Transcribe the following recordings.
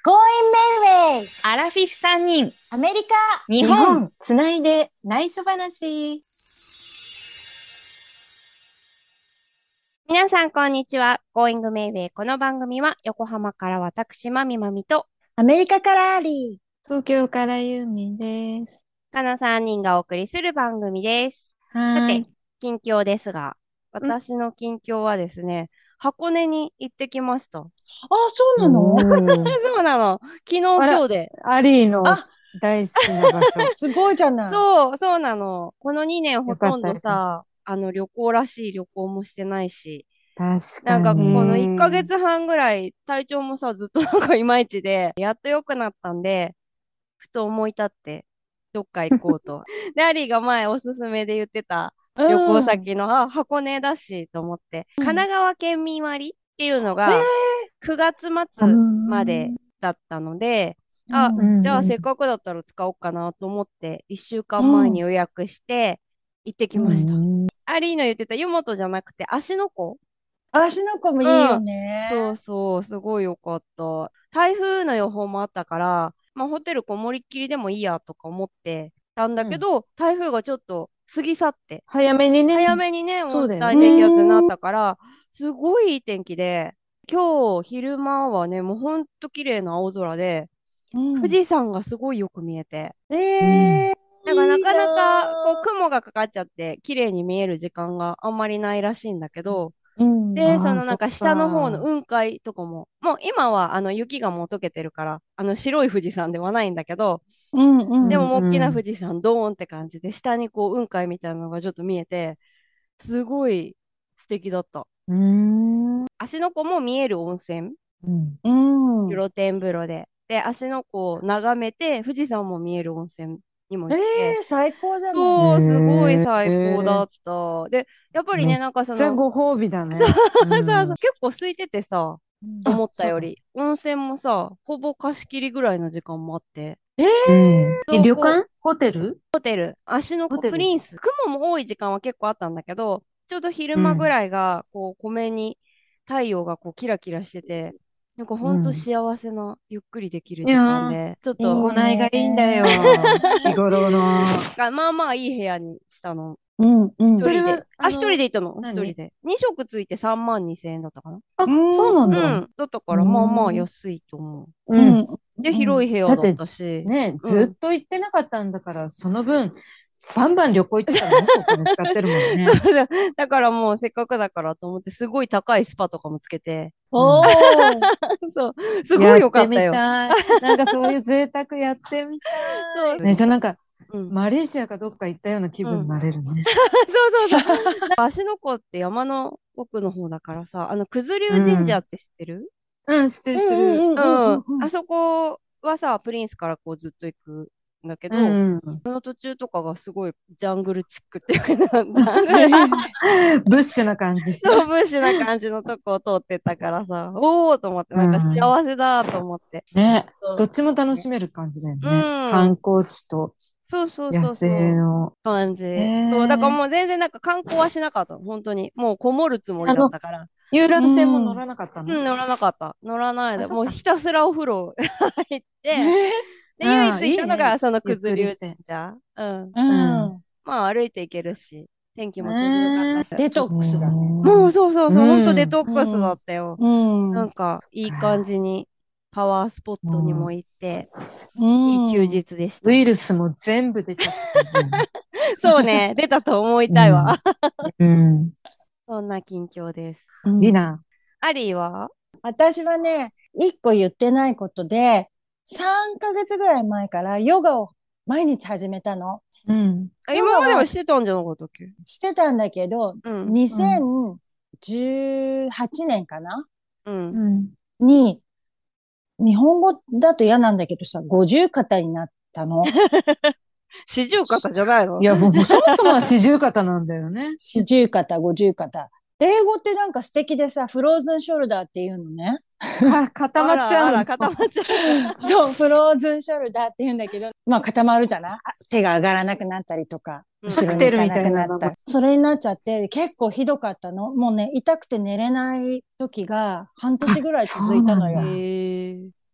ゴーインメイウェイアラフィフ3人、 アメリカ日本、つないで内緒話。皆さん、こんにちは。Going Mayway。この番組は、横浜から私、まみまみと、 アメリカからアリ東京からユーミンです。 かな3人がお送りする番組です。さて、 はーい。 近況ですが、私の近況はですね、箱根に行ってきました。 ー。あ、そうなの？ おー。 そうなの。昨日、 あら、 今日で。 アリーのあ、 大好きな場所。 すごいじゃない。 そうなの。この2年ほよかとんどったよかっさ、旅行らしい旅行もしてないし、 た。確なんかかに。 この1ヶ月半ぐらい体調もさずっとなんかいまいちでやっと良くなったんでふと思い立ってどっか行こうと。で、アリーが前おすすめで言ってた旅行うん。 先の箱根だしと思って神奈川県民割っていうのえが9月う末までん。 だったので、あ、 うん。 じゃあうん。 せっかくだったら使おうかなと思って1週う間前にん。 予約して行ってきうました。 ん。 アリーの言ってた湯本じゃなくて芦ノ湖。 足の子もいいようん。 ね。 そうそう、すごいよかった。台風の予報もあったから、まあ、ホテルこもりっきりでもいいやとか思ってたんだうん。 けど、台風がちょっと過ぎ去って、 早めにね。 早めにね、温そうだよね。 帯低気圧になっうん。 たから、すごいいい天気で、今日昼間はね、もうほんと綺麗な青空で、 うん。 富士山がすごいよく見えて、 うん。 なんかないいなかなかこうぁ。 雲がかかっちゃって綺麗に見える時間があんまりないらしいんだけど、 うん。 で、そああ、 のなんかそっ下の方のか。 雲海とかも、もう今は雪がもう溶けてるから、白い富士山ではないんだけど、 うん。 でうん。 うん。 ももう大きなうん。 富士山ドーンって感じで、下にこう雲海みたいなのがちょっと見えて、すごい素敵だった。 うん。 芦ノ湖も見える温泉、 うん。 うん。 露天風呂で。で、芦ノ湖を眺めて、富士山も見える温泉にもえ行って、 最高じゃない。 そう、すごいへ最高だえ。 った。で、やっぱりね、 めっなんかその、 ちゃご褒美だそうね。うそうそう、 ん。 結構空いててさ、 あ、 思ったそう。 より。温泉もさ、ほぼ貸し切りぐらいの時間もあって。 えー、 うん。旅そうこう、 館ホテルホテル、芦ノ湖ホテル。 プリンス、雲も多い時間は結構あったんだけど、ちょうど昼うん。 間ぐらいが、こう、湖面に太陽がこう、キラキラしてて、なんかほんとうん。 幸せな、ゆっくりできるいや時間ー、 で、ちょっと、 いい行いがいいんだね。 よ。日頃の。 まあまあいい部屋にしたの。 うん。うん。 一人で。 それは、 あ、一人で行ったの。一人何で。2食ついて3万2千円だったかな。 あ、 うん。 そうなんだ。 うん。だったかうら、まあまあん。 安いと思う。 ううん。 ん。 で、 うん。 広い部屋だっだって、 たし、 ね、 うん。 ずっと行ってなかったんだから、その分、バンバン旅行行ってたらもっとお金使ってるもんね。 そうだ。だからもうせっかくだからと思って、すごい高いスパとかもつけて、 うん。 おー。 そう、すごい良かやってみったよ。 たい。なんかそういう贅沢やってみたい。 そう、 ね、じゃあなんか、 うん。 マレーシアかどっか行ったような気分にうん。 なれるね。 そうそうそう。芦ノ湖って山の奥の方だからさ、九頭う龍神社っん。 て知ってる？ うん、知ってうる、知ってる。 んうんうん。 うんうんうん。 あそこはさ、プリンスからこうずっと行くんだけうど、 ん。 その途中とかがすごいジャングルチックっていうかな、ジャングル、 ブッシュな感じ。 そう、ブッシュな感じのとこを通ってたからさ、おーと思って、 うなんかん。 幸せだと思って。 ね。 そうどっちも楽ね、 しめる感じだようね。観ん。 光地とそうそう野そうそう。 生の。 感へじ。そう、だからえ。 もう全然なんか観光はしなかったの。本当に。もうこもるつもりあの、 だったから。 遊う覧船も乗ん。 らなかったの？ うん、乗らなかった。乗らないあ、 で。 そっか。 もうひたすらお風呂入って、 えで、唯一ああ、 行ったのいいね。 がそのゆっ九頭龍神くりして。 社。うん。 ううん。 ん。 まあ歩いて行けるし、天気えもちょうどよかったし。 デトックスだね。 もうそうそうそう、ほんとデうん。 トックスだうん。 ったよ。 うん。 なんかそっいい感か。 じにパワースポットにもも行って、 ういい休ん。 日でしう、ウイた。 ルスも全部出ちゃった感じだよね。 そうね、出たと思いたいわ。 うん。うん。 そんな近況です。 うん。 いいな。 アリーは？ 私はね、一個言ってないことで、3ヶ月ぐらい前からヨガを毎日始めたの。 うん。 あ、 ヨガは今まではしてたんじゃなかったっけ？ してたんだけど、 うん、 うん。 2018年かなうん。 うん。 に、日本語だと嫌なんだけどさ、50肩になったの。 四十肩じゃないの？ いや、もう、そもそもは四十肩なんだよね。 40肩、50肩。英語ってなんか素敵でさ、フローズンショルダーっていうのね。 固まあら、あら、 っちゃうの。 固まっちゃうんだ。 そう、フローズンショルダーって言うんだけど、まあ固まるじゃない？手が上がらなくなったりとか、 うん。 後カクろに行かなテルみたいくなったり。 な名前。 それになっちゃって、結構ひどかったの。もうね、痛くて寝れない時が半年あ、 ぐらい続そういたのよ。 なんだ。 へえ。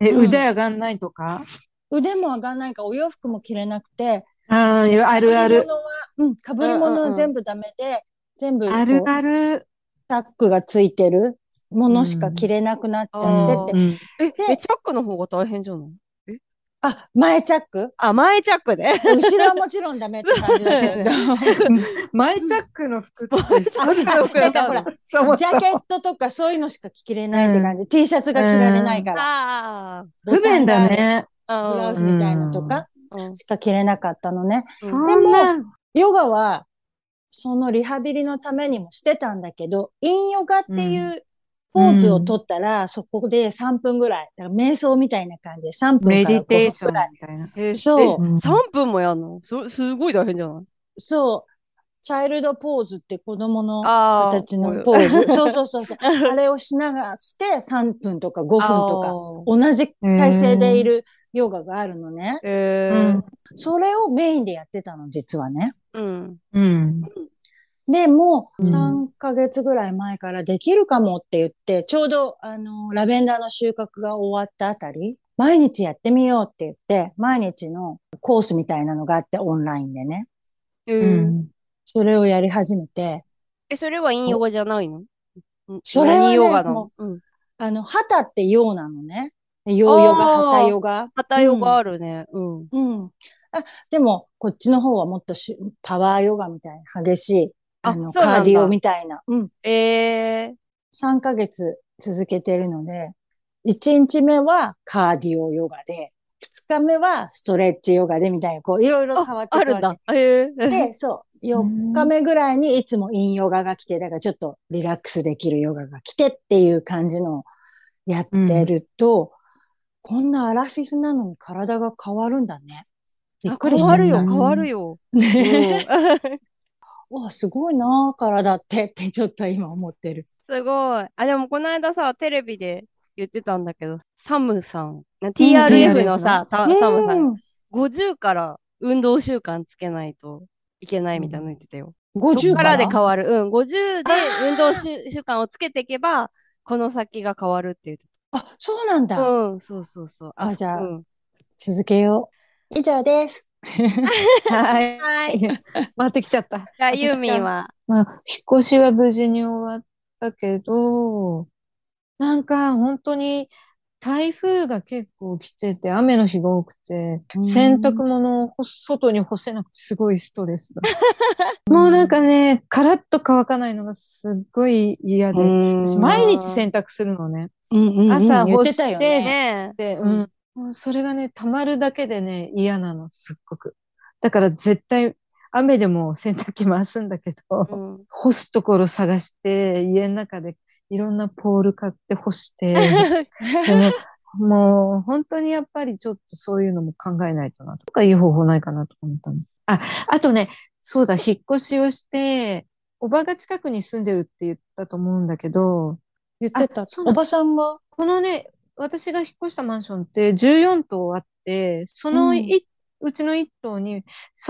腕上がんないとか？ 腕も上がんないから、お洋服も着れなくて、 あるある。 被り物は全部ダメで、全部あるある。 タックがついてるものしか着うん。 れなくなっちゃってああ。 て、 うん。 チで、 ャックの方が大変じゃない？え前チャック前チャックで。 後ろはもちろんダメって感じだけど、 前チャックの服前ってチャックあるの？ の服なんかほら、 だったの？ そもジャケッそも。 トとかそういうのしか着れうないって感ん。 じ。T シャツが着られないから、 あボタン不便だがあるね。 ブラウあ。 うスみたいなとん。 かうん。 しか着れなかったのね。 うん。 でも、 そんな、 ヨガはそのリハビリのためにもしてたんだけど、インヨガっうん。 ていううポーズをん。 取ったら、そこで3分ぐらい、だから瞑想みたいな感じで3分メからディテーショ 5分ぐらい。 ンみたいな。 そ 3分もやんの？すごい大変じゃない？ そう、チャイルドポーズって子供のああ、 形こういう。 のポーズ。そう。あれをしながらして3分とか5分とか、 ああ。 同じへ体勢でいえ。 るヨガがあるのね。 うん。 それをメインでやってたの、実はね。 うん。 うん。 で、もううん。 3ヶ月ぐらい前からできるかもって言って、ちょうどラベンダーの収穫が終わったあたり、毎日やってみようって言って、毎日のコースみたいなのがあって、オンラインでね。 えー、 うん。 それをやり始めて、 それは陰ヨガじゃないの？何それはね、 ヨガなの？ もう、 うん。 ハタって陽なのね。陽ヨガ、ハタああ、 ヨガ。 肩ヨガうん。 あるね。うん。 うん。でも、こっちの方はもっとパワーヨガみたいな激しい、 そうカーディオなんだ。 みたいな。うん。 ええ 3ヶ月続けてるので、1日目はカーディオヨガで、2日目はストレッチヨガでみたいな、こう、いろいろ変わっていくわけ。 あるんだ。 で、そう、 う 4日ん。 目ぐらいにいつもインヨガが来て、だからちょっとリラックスできるヨガが来てっていう感じのをやってると、こんなアラフィフなのに体が変わるんだね。びっくり変しちゃった。 わるうん。 よ。うん。 ねわ、すごいな、体ってちょっと今思ってる。 すごい。でもこの間さ、テレビで言ってたんだけど、サムさん、 うん、う TRF ん。 TRF の？ のさ、サムさん、 うん。 50から運動習慣つけないといけないみたいなの言ってたよ。そっ 50 からでから変わる。うん、50 あで運動習慣をつけていけば、この先が変わるって言ってそうなんた。 だ。 うん、そうそうそう。 じゃあ、 うん。 続けよう。以上です。 ははい。 い。回ってきちゃった。 じゃあ、ユー私か。 ミンは？ まあ、引っ越しは無事に終わったけど、なんか本当に台風が結構来てて、雨の日が多くて、 うー洗ん。 濯物を外に干せなくてすごいストレスだ。 うもうなんかん。 ね、カラッと乾かないのがすっごい嫌うで、私ん。 毎日あ洗濯するのね。 うん。 朝干言ってたして、 よね。 ねで、 え。うん。 もうそれがね、溜まるだけでね、嫌なの、すっごく。だから絶対、雨でも洗濯機回すんだけど、 うん。 干すところ探して、家の中でいろんなポール買って干して、でも、もう本当にやっぱりちょっとそういうのも考えないとな、とかいい方法ないかなと思ったの。あとね、そうだ、引っ越しをして、おばが近くに住んでるって言ったと思うんだけど、 言ってた。おそうなの。 ばさんが。 このね、私が引っ越したマンションって14棟あって、そうん。 のうちの1棟に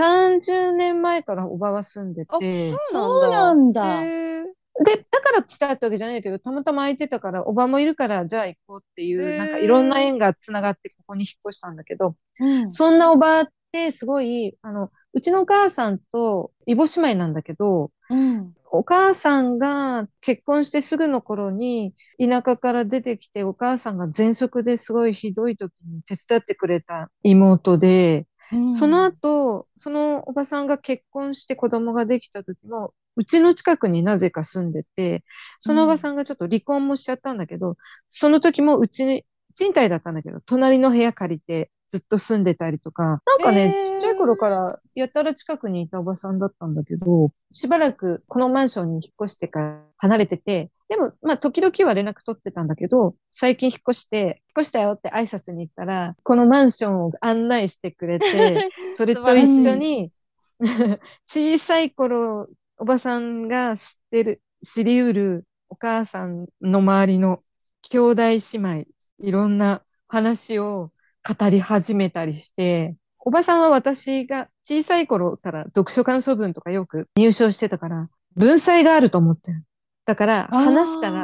30年前からおばは住んでそて、 うそなんだ。 うなんへだ。 え。 で、だから来たってわけじゃないけど、たまたま空いてたから、おばもいるから、じゃあ行こうってへいう、なんかいろんなえ。 縁がつながってここに引っ越したんだけど、 うん。 そんなおばってすごい、うちのお母さんと異母姉妹なんだけど、 うん。 お母さんが結婚してすぐの頃に田舎から出てきてお母さんが喘息ですごいひどい時に手伝ってくれた妹で、 うそのん。 後、そのおばさんが結婚して子供ができた時も、うちの近くになぜか住んでて、そのおばうん。 さんがちょっと離婚もしちゃったんだけど、その時もうちに、賃貸だったんだけど、隣の部屋借りてずっと住んでたりとか、なんへかね、ちっちゃい頃かえ。 らやたら近くにいたおばさんだったんだけど、しばらくこのマンションに引っ越してから離れてて、でも、まあ、時々は連絡取ってたんだけど、最近引っ越したよって挨拶に行ったら、このマンションを案内してくれて、それ素晴と一らしい。 うん。 緒に小さい頃、おばさんが知り得るお母さんの周りの兄弟姉妹、いろんな話を語り始めたりして、おばさんは私が小さい頃から読書感想文とかよく入賞してたから、文才があると思ってる。だから、 あ話すから、 あ。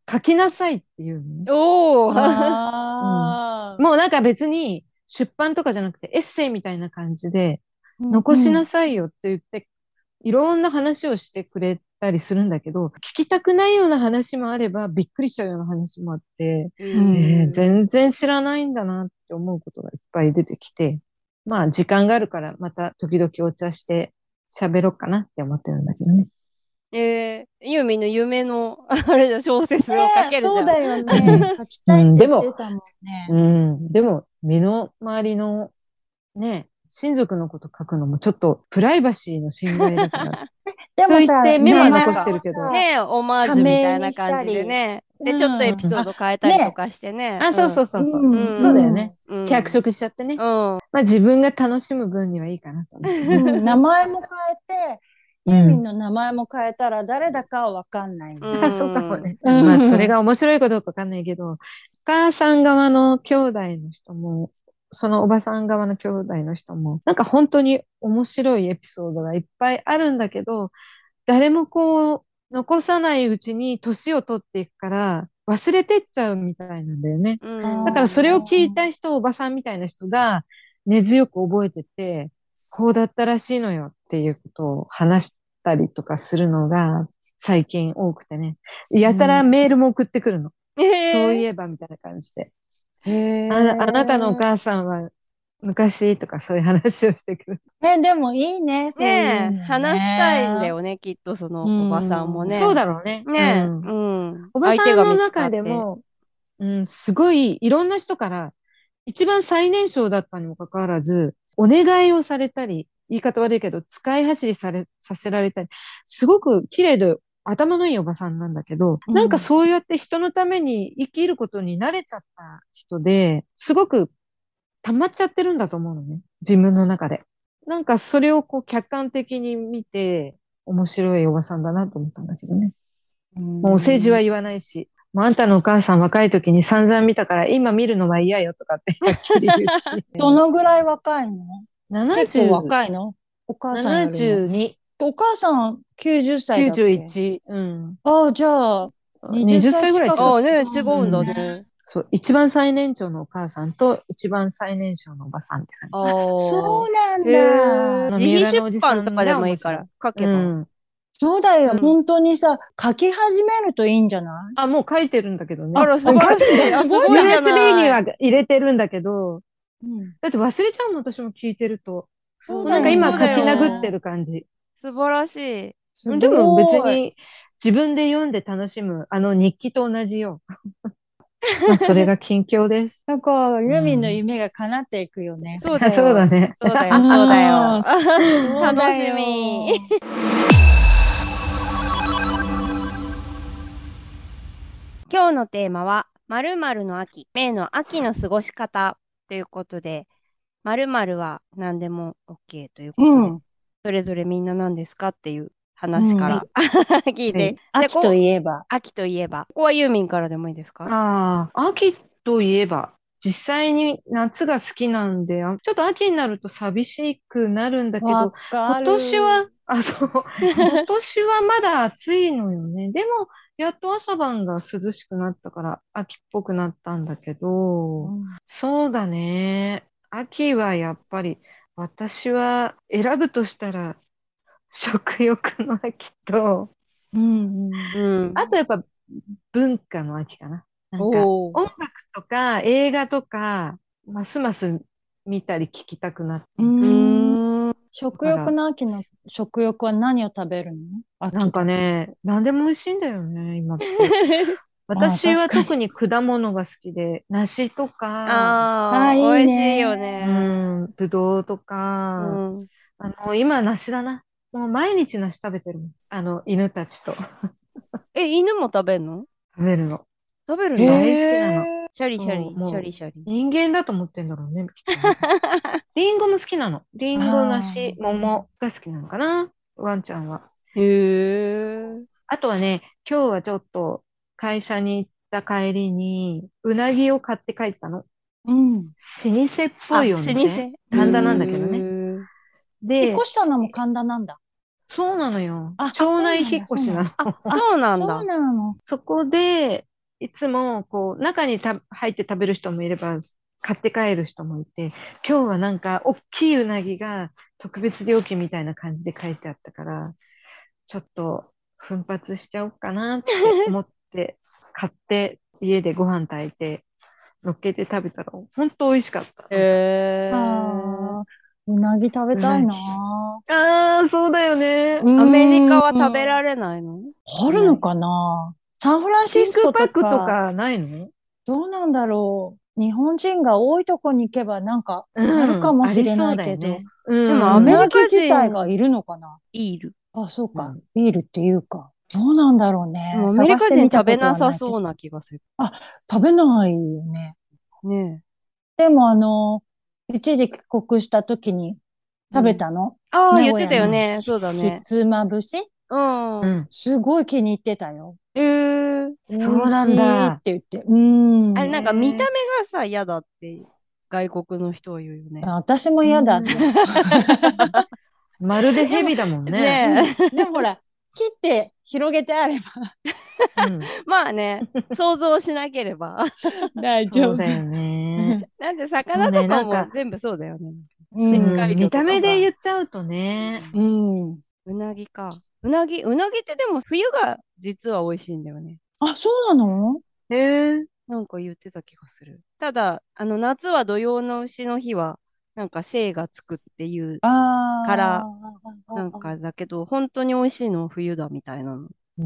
書きなさいっていうのね。 おー。 ああ。 もうなんか別に出版とかじゃなくてエッセイみたいな感じで、 うん残しなさいよって言って、いろんな話をしてくれたりするんだけど、聞きたくないような話もあれば、びっくりしちゃうような話もあって、全然知らないんだなって思うことがいっぱい出てきて、まあ時間があるからまた時々お茶して喋ろうかなって思ってるんだけどね。 ユーミンの夢の、あれだ、小説を書けるじゃん。 そうだよね。書きたいって言ってたもんね。 でも、身の回りのね、親族のこと書くのもちょっとプライバシーの侵害だから。と言っでもさ、 てメモは名前を残してるけど。 さ、 ね、オマージュみたいな感じでね。で、ちょっとエピソード変えたりとかしてね。 そうそうそうそう。そうだよね。脚色しちゃってね。まあ自分が楽しむ分にはいいかなと思って。 名前も変えて、ユーミンの名前も変えたら誰だかはわかんない。 そうかもね。まあそれが面白いかどうかわかんないけど、お母さん側の兄弟の人も、そのおばさん側の兄弟の人も、なんか本当に面白いエピソードがいっぱいあるんだけど、誰もこう、残さないうちに年を取っていくから、忘れてっちゃうみたいなんだよね。だからそれを聞いた人、おばさんみたいな人が根強く覚えてて、こうだったらしいのよっていうことを話したりとかするのが最近多くてね。やたらメールも送ってくるの。そういえばみたいな感じで。あなたのお母さんは昔とかそういう話をしてくる。 でもいいね、そういうの話したいんだよね、きっとそのおばさんもね。 そうだろうね。おば相手がさんの見つかって。 中でも、すごいいろんな人から、一番最年少だったにもかかわらず、お願いをされたり、言い方悪いけど、使い走りさせられたり、すごく綺麗で頭のいいおばさんなんだけど、なんかそうやって人のために生きることに慣れちゃった人で、すごく溜まっちゃってるんだと思うのね。自分の中で。なんかそれをこう客観的に見て、面白いおばさんだなと思ったんだけどね。もう政治は言わないし、もうあんたのお母さん若い時に散々見たから今見るのは嫌よとかってはっきり言うし。 どのぐらい若いの？結構若いの？お母さんよりも。 72。 お母さん90歳だっけ 91。 じゃあ、20 20歳ぐらい違う。 ね、違うんだね。 そう、一番最年長のお母さんと一番最年少のおばさんって感じ。 そうなんだ。 自費出版とかでもいいから書けば。 そうだよ、本当にさ、書き始めるといいんじゃない？ もう書いてるんだけどね。 あら、すごい。 すごいじゃない。 USB には入れてるんだけど、だって忘れちゃうもん、私も聞いてると。なんか今書き殴ってる感じ。 素晴らしい。 でも別に自分で読んで楽しむ、日記と同じよ。まあ、それが近況です。 なんか、ユーミンの夢が叶っていくよね。 そうだよ。 そうだね。 そうだよ。そうだよ。 楽しみ。今日のテーマは、〇〇の秋、名の秋の過ごし方ということで、〇〇は何でも OK ということで、それぞれみんな何ですかっていう話から聞いて。 秋といえば。 秋といえば。ここはユーミンからでもいいですか？ 秋といえば、実際に夏が好きなんで、ちょっと秋になると寂しくなるんだけど、今年は、今年はまだ暑いのよね。でも、やっと朝晩が涼しくなったから秋っぽくなったんだけど、そうだね。秋はやっぱり私は選ぶとしたら食欲の秋と、あとやっぱ文化の秋かな。なんか音楽とか映画とか、ますます見たり聞きたくなって。 食欲の秋の食欲は何を食べるの？ なんかね、何でも美味しいんだよね、今って。私は特に果物が好きで、梨とか、 美味しいよね。 ぶどうとか、今梨だな。もう毎日梨食べてるもん。犬たちと。 犬も食べるの？ 食べるの。 食べるの？ 大好きなの。 シャリシャリ、シャリシャリ。 人間だと思ってんだろうね。リンゴも好きなの。リンゴ、梨、桃が好きなのかな。ワンちゃんは。あとはね、今日はちょっと会社に行った帰りに、うなぎを買って帰ったの。老舗っぽいお店。神田なんだけどね。 で、引っ越したのも神田なんだ。 そうなのよ。町内引っ越しなの。 そうなんだ。 そうなの。 そこで、 いつも、こう、中に入って食べる人もいれば、買って帰る人もいて、今日はなんか、大きいうなぎが特別料金みたいな感じで書いてあったから、ちょっと奮発しちゃおうかなって思って、買って、家でご飯炊いて、乗っけて食べたら、本当美味しかった。 ああ、うなぎ食べたいな。 ああ、そうだよね。 アメリカはうん。 食べられないの？ あるのかな。サンフランシ真空スコとパックとか、 かないの？ どうなんだろう。日本人が多いとこに行けばなんかあるうん、 かもしれありそないけど、 うだよね。うでもアうメリカなぎ自体が人いるのかな。 いる。 あ、そうか。 うん。 ビールっていうか。どうなんだろうね。 でもアメリ探しカ人食べてみたことなさそはないけど。 うな気がする。 あ、食べないよね。 ねでも一時帰国した時にえ。 食うん。 べたの。 ああ、言って名古屋のたよね。そうだね。 ひつまぶし、 うん。 うん。 すごい気に入ってたよ。 ー、 美味そうなんしいってだ。 言って。うん。 あれなんか見たええ。 目がさ、嫌だって外国の人は言うよね。 私もう嫌だって。 ん。まるででも、 蛇だもんね。 うん。 ねえ。 でもほら、切って広げてあればうん。 まあね、想像しなければ。 大丈夫。 そうだよね。 なんでそうね、 魚とかなんか、 も全部そうだよね。 う深うん、 海魚見た目でとかさ。 言っちゃうとね。 うん。 うなぎか。うなぎってでも冬が実は美味しいんだよね。 あ、そうなの？ へえ。 なんか言ってた気がする。ただ、夏は土用の丑の日は、なんか精がつくっていうからあなんあかだけど、本当に美味しいのは冬だみたいなのうん。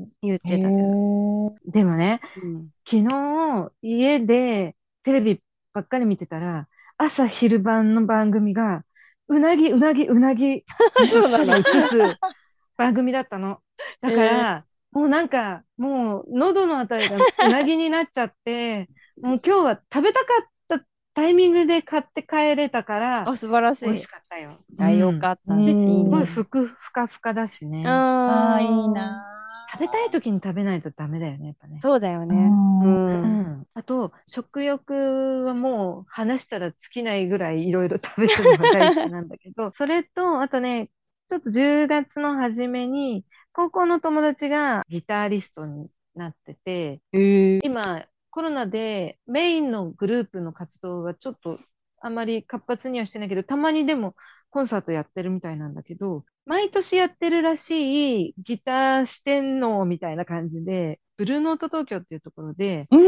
言っー。へてたけど。 え。 でもね、 うん。 昨日、家でテレビばっかり見てたら、朝昼晩の番組が、うなぎ、うなぎ、うなぎ、ばっかりそうなの。 映す番組だったの。だかえら、もうなんか、もう喉のあたりがうなぎになっちゃって、もう今日は食べたかったタイミングで買って帰れたから、 素晴らしい。 美味しかったよ。うあ、よん。 かっうた。 で、すごいん。 いいね。 ふかふかだしうね。 ああ、いいーん。 な食べたい時に食べないとダメだよね、やっぱね。 そうだよー。 ね。ううん。 うん。 ん。あと、食欲はもう話したら尽きないぐらいいろいろ食べるのが大好きなんだけど、それと、あとね、ちょっと10月の初めに、高校の友達がギタリストになってて、今、コロナでメインのグループの活動はちょっとあまり活発にはしてないけど、たまにでもコンサートやってるみたいなんだけど、毎年やってるらしいギター四天王みたいな感じで、ブルーノート東京っていうところで、 うん。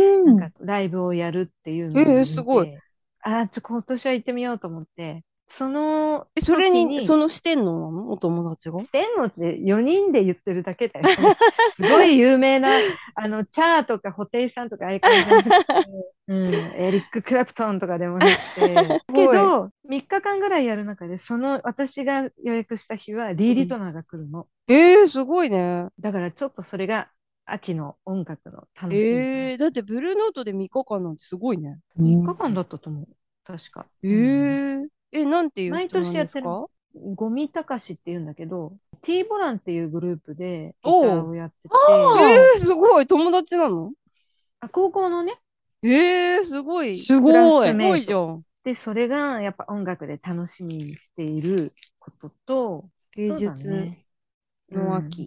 なんかライブをやるっていうのをすごい。 見て、今年は行ってみようと思って、そのそれに、 時に、 してんのなのお友達が？ 四天王って4人で言ってるだけだよ。すごい有名な、チャーとかホテイさんとかああいう感じじゃなくて、うん、エリック・クラプトンとかでもなくて、 すごい。 けど、3日間ぐらいやる中で、私が予約した日はリー・リトナーが来るの。 すごいね。 だからちょっとそれが秋の音楽の楽しみかな。 だってブルーノートで3日間なんてすごいね。 3日間だったと思う。確か。うん。 なんていう毎人なん年やってる。 ですか？ ゴミたかしって言うんだけど、T ボランっていうグループでギタおう。 ーをやってて、 ああ、 すごい。友達なの？ 高校のね、 すごい。 すクラごい。 すスメイト。 ごいじゃん。 で、それがやっぱ音楽で楽しみにしていることと、 芸そうだ術ね。うん、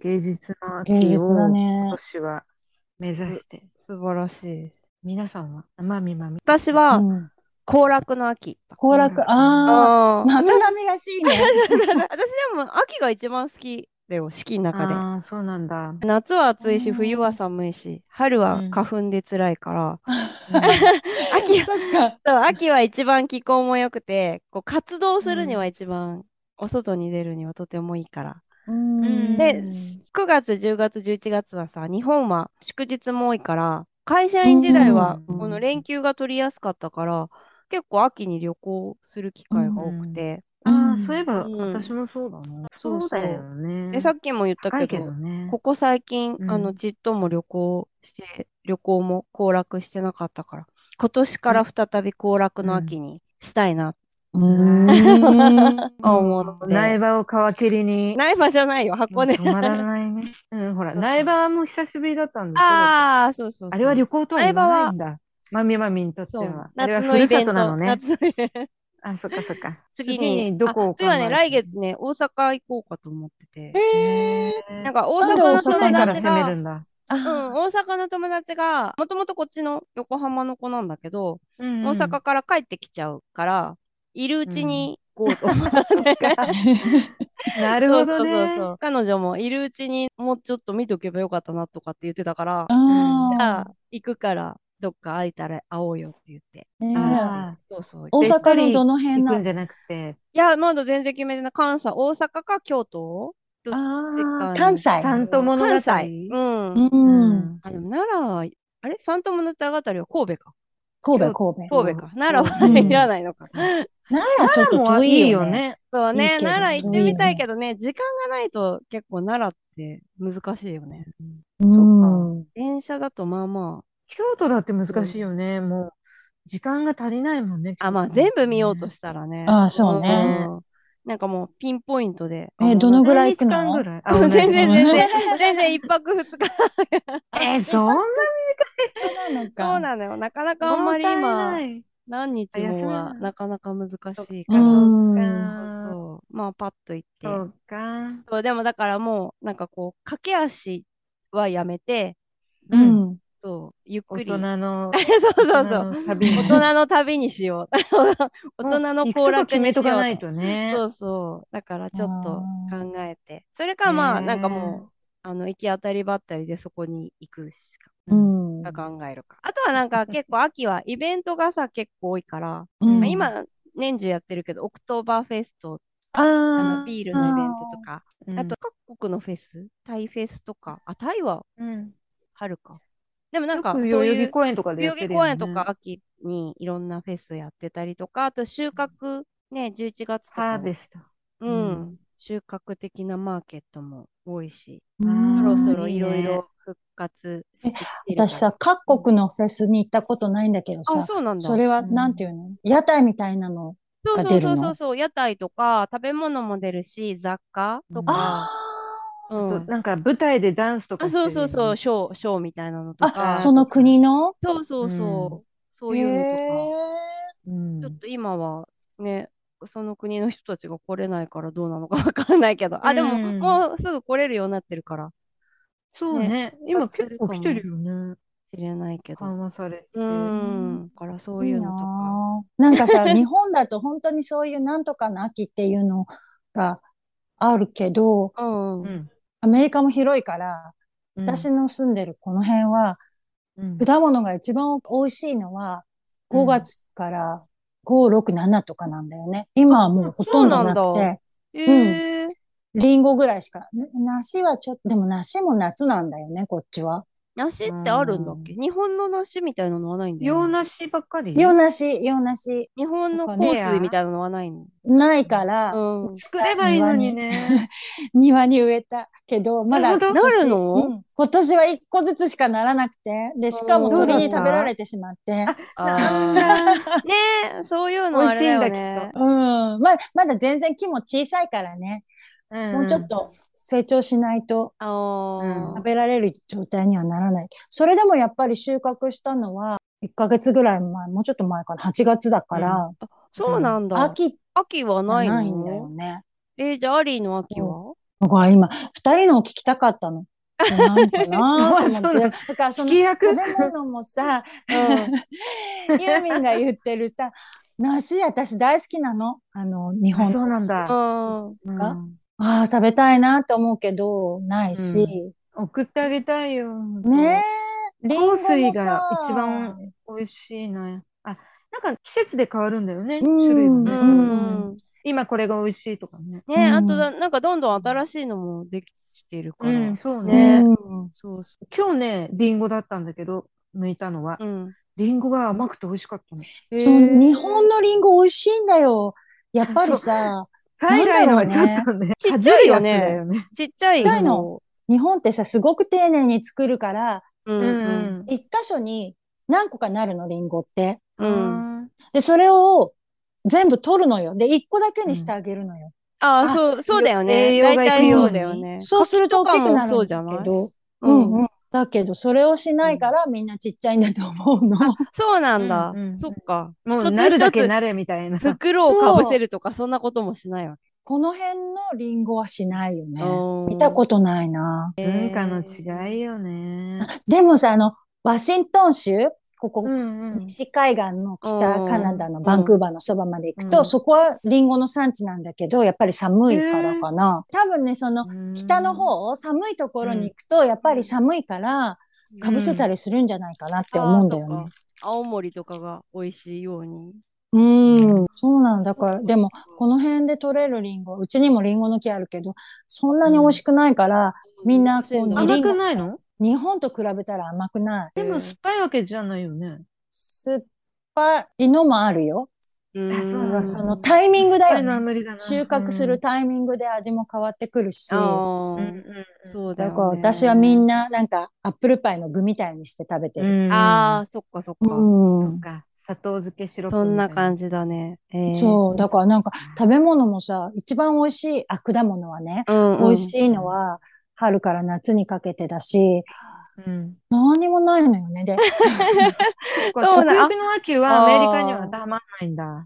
の秋。 芸術の芸術だ秋を今ね。 年は目指す、 して。 素晴らしい。 皆さんは、まみまみ。 う私は、 ん。 行楽の秋。 行楽、 行楽ね。 ああ、 ああ、 まみまみらしいね。 私でも秋が一番好きだよ、四季の中で。 ああ、そうなんだ。 夏はう暑いし、冬はん。 寒いし、春はうん、 花粉で辛いから、 うん、 秋、 そっか。 そう秋は一番気候も良くて、こう活動するにはうん、 一番、お外に出るにはとてもいいから。 ううで、 ん、 9月、10月、11月はさ、日本は祝日も多いから、会社う員時代うはん。 このん、 連休が取りやすかったから、結構秋に旅行する機う会が多くん。 て。 うああ、そういえん。 ばうん。 私もそうだな。 そうそうだそう。 よで、さね。 っきも言った高いけけど、 どね。 ここ最近、 うん。 ちっとも旅行も行楽してなかったから、今年かうん。 ら再び行楽のうん。 秋にしたいな、 うあん。 思っあ、苗て。 場を皮切りに、 苗場じゃないよ、箱根。 もう止まらないね。うん、ほら、 そうそう。 苗場も久しぶりだったんでしょだって。 ああ、そうそうそう。 あれは旅行とは言わ苗場は、 ないんだ。まみまみにとってそう、 は。あれは夏のふるさイベント、 となのね。 夏のイベント。 あ、そっかそっか。 次に、 次にどこを考次はね、 えてる来月ね、大阪行こうかと思ってえて。 の？へえ、 え。 なんか大なんで大阪の友国内から阪なの？ 攻める達が、 んだ。 大阪の友達が、もともとこっちの横浜の子なんだけど、 うん大阪から帰ってきちゃうから、いるうちに行こうと思って。 なるほどね。 彼女もいるうちにもうちょっと見とけばよかったなとかって言ってたから、じゃああ行くからどっか空いたら会おうよって言って。 あ、ねああ、 そうそう。 大べったり阪のどの辺なの？ 行くんじゃなくて、 いや、まだ全然決めてない。関西、大阪か京都どっちああ、 かに。 関西。 三都物語。 関西。うん。 う。 うんん。 あ、でも奈良は、あれ三都物語は神戸か。 神戸、 京神戸。 神戸か。奈良は神戸いらないのか。 奈良はちょっと遠いいいよね。 よね。 そうね、 いいけど奈良行ってみたいけど。 どね、時間がないと結構奈良って難しいよね。 うそうか。 ん。 電車だとまあま京都だって難しいよね。もう、時間が足りないもんね、 あ。あ、 京都なんてまあ全部見ようとね。 したらね。 ああ、そうね。 ね。 なんかもうピンポイントで。 どのぐらい何日行くの？ 間ぐらいあ、同全じ。 然全然、全然一泊二日。 そんなそうなのそうか。 なのよ。なかなかあんまりもったい今、 ない。 何あ、 日もは休めない。 なかなか難そっしいかうか、 ら。 そっん。 そうか。 そう。まあ、パッと行って。 そうか。 そう、でもだからもう、なんかこう、駆け足はやめて、 うん。 うん。 そう、ゆっ大人くり。 の、 そう大人そうそう。 の旅大に。 人の旅にしよう。大もう、 人の行くとこ行楽に決めとかしようと。 ないとね。 そうそう。だからちょっと考あえて。それへかまあ、なんかえ。 もう、行き当たりばったりでそこに行くしか。 ーううん。 がん。 考えるか。あとはなんか結構秋はイベントがさ結構多いから、 うまあ、 ん。 今年中やってるけど、オクトーバーフェスト、 あビールのイベントとあ。 か、 うん。 あと各国のフェス、タイフェスとか、あ、タイはうん。 春か。でもなんかよく代々 そういう木公園とかで代々木やってるよね。 公園とか秋にいろんなフェスやってたりとか、あと収穫ね、11月とかは、 ハーベスト。 ううん。 ん、収穫的なマーケットも多いし、 うそろそん。 ろいろいいいね。 ろ復活してきてるから。 私さ、各国のフェスに行ったことないんだけどあ、 さ、 そうなんだ。 それは、なんてうん。 いうの？屋台みたいなのがそうそう出るの？ そうそうそう、屋台とか食べ物も出るし、雑貨とうん。 か、 ああと、 うん。 なんか舞台でダンスとあ、 かしそうそうそう、 てるよね。 ショーみたいなのとあ、あ、 か、 その歌とか。 国の？ そうそううん。 そう、そへういうのとか、 え。 うん。 ちょっと今はね、その国の人たちが来れないからどうなのかわかんないけど、 うあ、でもん。 もうすぐ来れるようになってるから、ね、 そうね。 復活す今結るかも構来てるよね。 しれないけど、 緩和されうて。 うんだからそういいないうのとか、 ぁ。なんかさ、日本だと本当にそういうなんとかの秋っていうのがあるけど、 うん、うん、 うん。 アメリカも広いから、 うん。 私の住んでるこの辺は、 うん。 果物が一番美味しいのは5 うん。 月から5、6、7とかなんだよね。今はもうほとんどそうなんだ。 なくて、うん。 えー、 リンゴぐらいしか。梨はちょっと、でも梨も夏なんだよね、こっちは。 梨うってあるんだっけ？ ん。 日本の梨みたいなのはないんだよね。 洋梨ばっか洋り梨、洋梨日本のとかね、 香レア水みたいなのはないの？ ないから、 うん。 作ればいいのに庭に、 ね。 庭に植えたけど、まだなるほど。 なる今年、 の？ 今年は1個ずつしかならなくて、で、しかもどうだ鳥に食べらった？ れてしまって、 あ、なんあだ。 ー。ねえ、そういうのあれだ美味しいんだ、きっと。 よね。 まだ全然木も小さいからね、 うもうちょっんと成長しないとあうん。うん。 食べられる状態にはならない。それでもやっぱり収穫したのは1ヶ月ぐらい前、もうちょっと前かな、8月だかうん。 ら、 そうなんだ。 秋じ秋はゃないないんだよの？ ね。 じゃあアリーの秋そう。 は？ 僕は今、二人のを聞きたかったの。で、なんかなとあ、 思って。 そうなの。 だからその聞き役。 食べ物もさ、 うん。 ユーミンが言ってるさ、梨私大好きなの。日あ、 本のそうなんうだ。 ん。 うが。 ん。 ああ、食べたいなと思うけど、ないうん。 し。 送ってあげたいよ、ほんねと。 え、リ香ンゴもさ、 水が一番美味しいな。あ、なんか季節で変わるんだようね。種類がん、 ね。 うん、 うん。 今これが美味しいとかね。 うね、あとん、 なんかどんどん新しいのもできてるうから。 ん、そううね。 ね。 ん。 そうそ今日ね、リンゴだったんだけど、剥いたのは。 う。うん。 リンゴが甘くて美味しかったの。 そう、日え本のリンゴ美味しいんだよ。やっぱりそう。 さ、な海んだろう外のはちょっね。 とね、 ちっちゃいかじるやつだよね。 よね。 ちっちゃいちっちゃいの。 方。 日本ってさ、すごく丁寧に作るから、 ううんうん。 ん一箇所に何個かなるの、リンゴって。 ううん。 ん。 で、それを全部取るのよ。で、一個だけうん。 にしてあげるのよ。 ああ、 あ、 そうだよね。 栄養だいがいくたいそうだよように。 ね。 そうすると大柿とかきくなるんだもそうじゃない？ けど、 うん。 だけど、それをしうん。 ないからみんなちっちゃいんだと思うの。 あ、そうなうん。 んだ。 うん。 そっか。 もう、 一つなるだ一つけなれみたいな。 袋をかぶそう。 せるとか、そんなこともしないわけ。 この辺のリンゴはしないよね。 おー見たことないな。 文化の違いよね。 でもさ、ワシントン州、ここ、 うんうん。 西海岸の北カナダのバンクーバーのそばまで行くと、 うんそこはリンゴの産地なんだけど、やっぱり寒いからかな。多分ね、その北の方、寒いところに行くと、やっぱり寒いから、かぶせたりするんじゃないかなって思うんだよね。 青森とかが美味しいように。 そうなんだから、でも、この辺で取れるリンゴ、うちにもリンゴの木あるけど、そんなに美味しくないから、みんなこう、 うん甘二リンゴくないの？ 日本と比べたら甘くない。 でも酸っぱいわけじゃないよね。 酸っぱいのもあるよ。 あ、そうなんだ。 そのタイミングだよ酸っぱいのはね。 無理だな。 収穫するタイミングで味も変わってくるし。 あうんあ、 うんそうだだからよね。 私はみんななんかアップルパイの具みたいにして食べてる。 ああ、そっかそっか。 そっか。砂糖漬けシロップそんみたいな。 な感じだね。 そう。だからなんか食べ物もさ、一番美味しい、果物はね、美味しいのは春から夏にかけてだし、何にもないのよね。で、 食欲の秋はアメリカには当てはまらないんだ。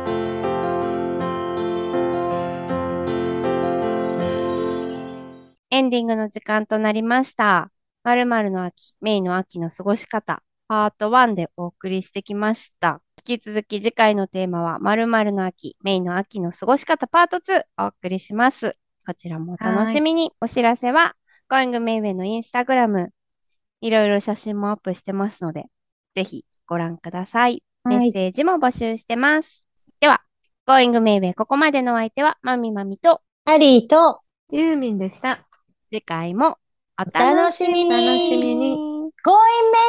エンディングの時間となりました。〇〇の秋、メイの秋の過ごし方、パート1でお送りしてきました。引き続き次回のテーマは〇〇の秋、メイの秋の過ごし方パート2お送りします。こちらもお楽しみに。お知らせは、Going Mayway のインスタグラム、いろいろ写真もアップしてますので、ぜひご覧ください。メッセージも募集してます。では、Going Mayway ここまでのお相手は、まみまみと、 アリーと、 ユーミンでした。 次回もお楽しみに。 楽しみに。 Going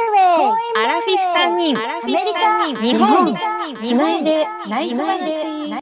Mayway! アラフィフ3人、 アメリカ、 日本、 つないで内緒話。